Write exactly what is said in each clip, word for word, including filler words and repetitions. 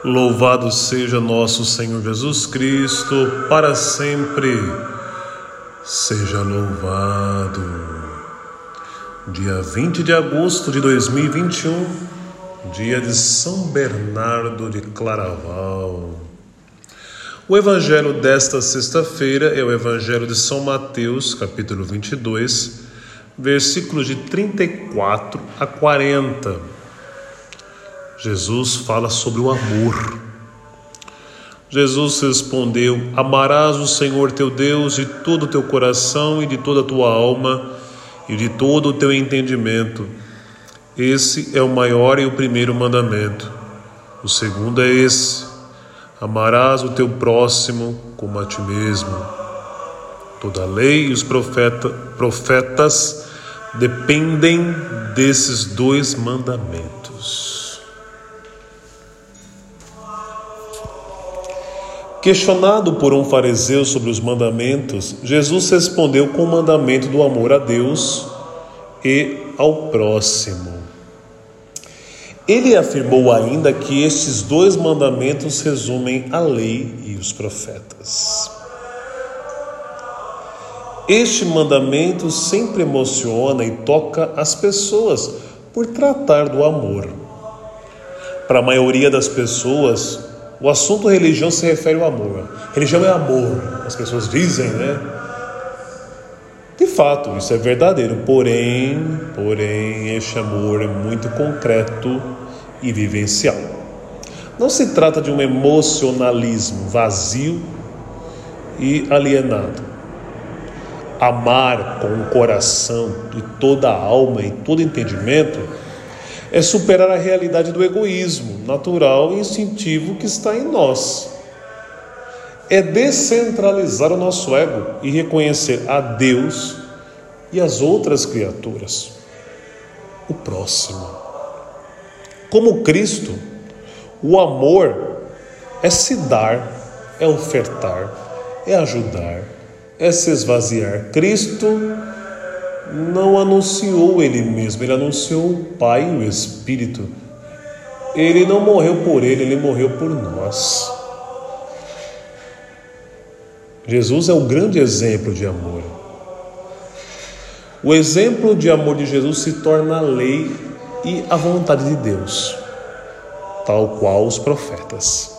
Louvado seja nosso Senhor Jesus Cristo, para sempre seja louvado. Dia vinte de agosto de dois mil e vinte e um, dia de São Bernardo de Claraval. O evangelho desta sexta-feira é o evangelho de São Mateus, capítulo vinte e dois, versículos de trinta e quatro a quarenta. Jesus fala sobre o amor. Jesus respondeu: amarás o Senhor teu Deus de todo o teu coração e de toda a tua alma e de todo o teu entendimento. Esse é o maior e o primeiro mandamento. O segundo é esse: amarás o teu próximo como a ti mesmo. Toda a lei e os profeta, profetas dependem desses dois mandamentos. Questionado por um fariseu sobre os mandamentos, Jesus respondeu com o mandamento do amor a Deus e ao próximo. Ele afirmou ainda que estes dois mandamentos resumem a lei e os profetas. Este mandamento sempre emociona e toca as pessoas por tratar do amor. Para a maioria das pessoas, o assunto religião se refere ao amor. Religião é amor, as pessoas dizem, né? De fato, isso é verdadeiro. Porém, porém, este amor é muito concreto e vivencial. Não se trata de um emocionalismo vazio e alienado. Amar com o coração e toda a alma e todo entendimento é superar a realidade do egoísmo natural e instintivo que está em nós. É descentralizar o nosso ego e reconhecer a Deus e as outras criaturas, o próximo. Como Cristo, o amor é se dar, é ofertar, é ajudar, é se esvaziar. Cristo não anunciou Ele mesmo, Ele anunciou o Pai e o Espírito. Ele não morreu por Ele, Ele morreu por nós. Jesus é o grande exemplo de amor. O exemplo de amor de Jesus se torna a lei e a vontade de Deus, tal qual os profetas.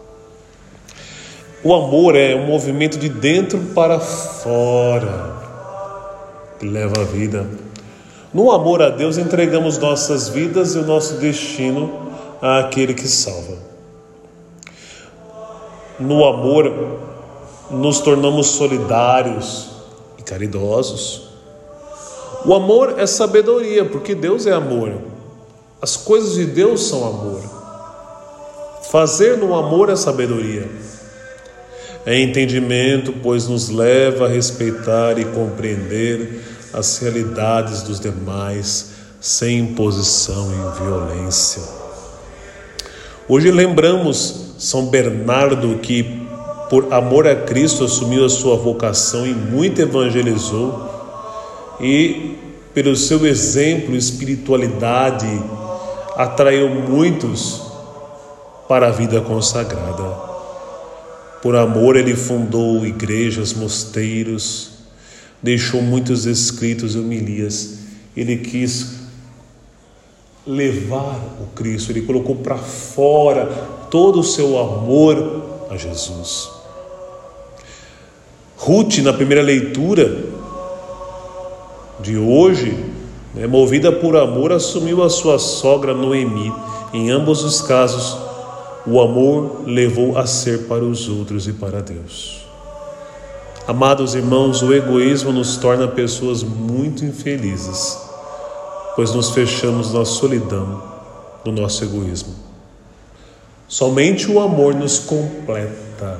O amor é um movimento de dentro para fora, que leva a vida. No amor a Deus, entregamos nossas vidas e o nosso destino àquele que salva. No amor, nos tornamos solidários e caridosos. O amor é sabedoria, porque Deus é amor. As coisas de Deus são amor. Fazer no amor é sabedoria. É entendimento, pois nos leva a respeitar e compreender as realidades dos demais, sem imposição e violência. Hoje lembramos São Bernardo, que por amor a Cristo assumiu a sua vocação e muito evangelizou, e pelo seu exemplo e espiritualidade atraiu muitos para a vida consagrada. Por amor ele fundou igrejas, mosteiros, deixou muitos escritos e homilias. Ele quis levar o Cristo, ele colocou para fora todo o seu amor a Jesus. Ruth, na primeira leitura de hoje, né, movida por amor, assumiu a sua sogra Noemi. Em ambos os casos, o amor levou a ser para os outros e para Deus. Amados irmãos, o egoísmo nos torna pessoas muito infelizes, pois nos fechamos na solidão do nosso egoísmo. Somente o amor nos completa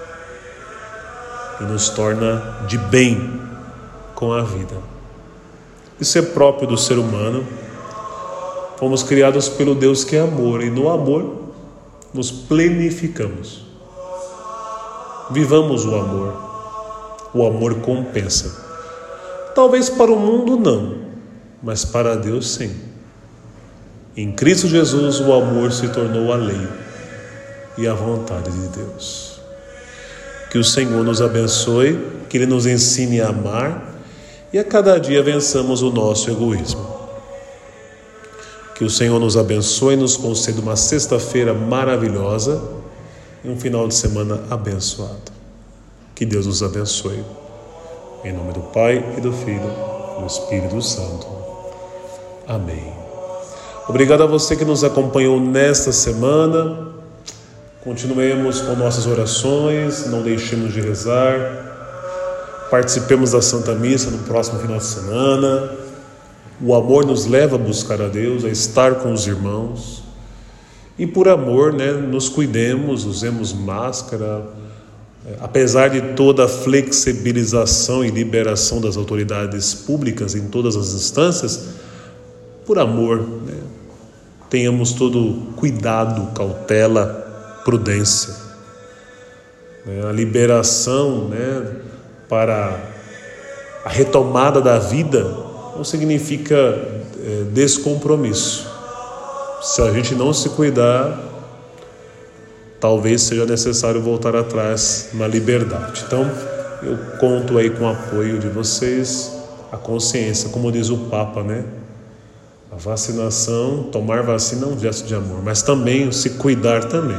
e nos torna de bem com a vida. Isso é próprio do ser humano. Fomos criados pelo Deus que é amor, e no amor nos plenificamos. Vivamos o amor. O amor compensa. Talvez para o mundo não, mas para Deus sim. Em Cristo Jesus o amor se tornou a lei. e a vontade de Deus. Que o Senhor nos abençoe, que Ele nos ensine a amar e a cada dia vençamos o nosso egoísmo. Que o Senhor nos abençoe e nos conceda uma sexta-feira maravilhosa e um final de semana abençoado. Que Deus nos abençoe. Em nome do Pai e do Filho e do Espírito Santo. Amém. Obrigado a você que nos acompanhou nesta semana. Continuemos com nossas orações, não deixemos de rezar. Participemos da Santa Missa no próximo final de semana. O amor nos leva a buscar a Deus, a estar com os irmãos. E por amor, né, nos cuidemos, usemos máscara. Apesar de toda a flexibilização e liberação das autoridades públicas em todas as instâncias, por amor, né, tenhamos todo cuidado, cautela, prudência. A liberação, né, para a retomada da vida não significa é, descompromisso. Se a gente não se cuidar, talvez seja necessário voltar atrás na liberdade. Então, eu conto aí com o apoio de vocês, a consciência, como diz o Papa, né? A vacinação, tomar vacina é um gesto de amor, mas também se cuidar também.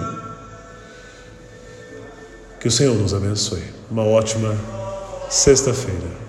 Que o Senhor nos abençoe. Uma ótima sexta-feira.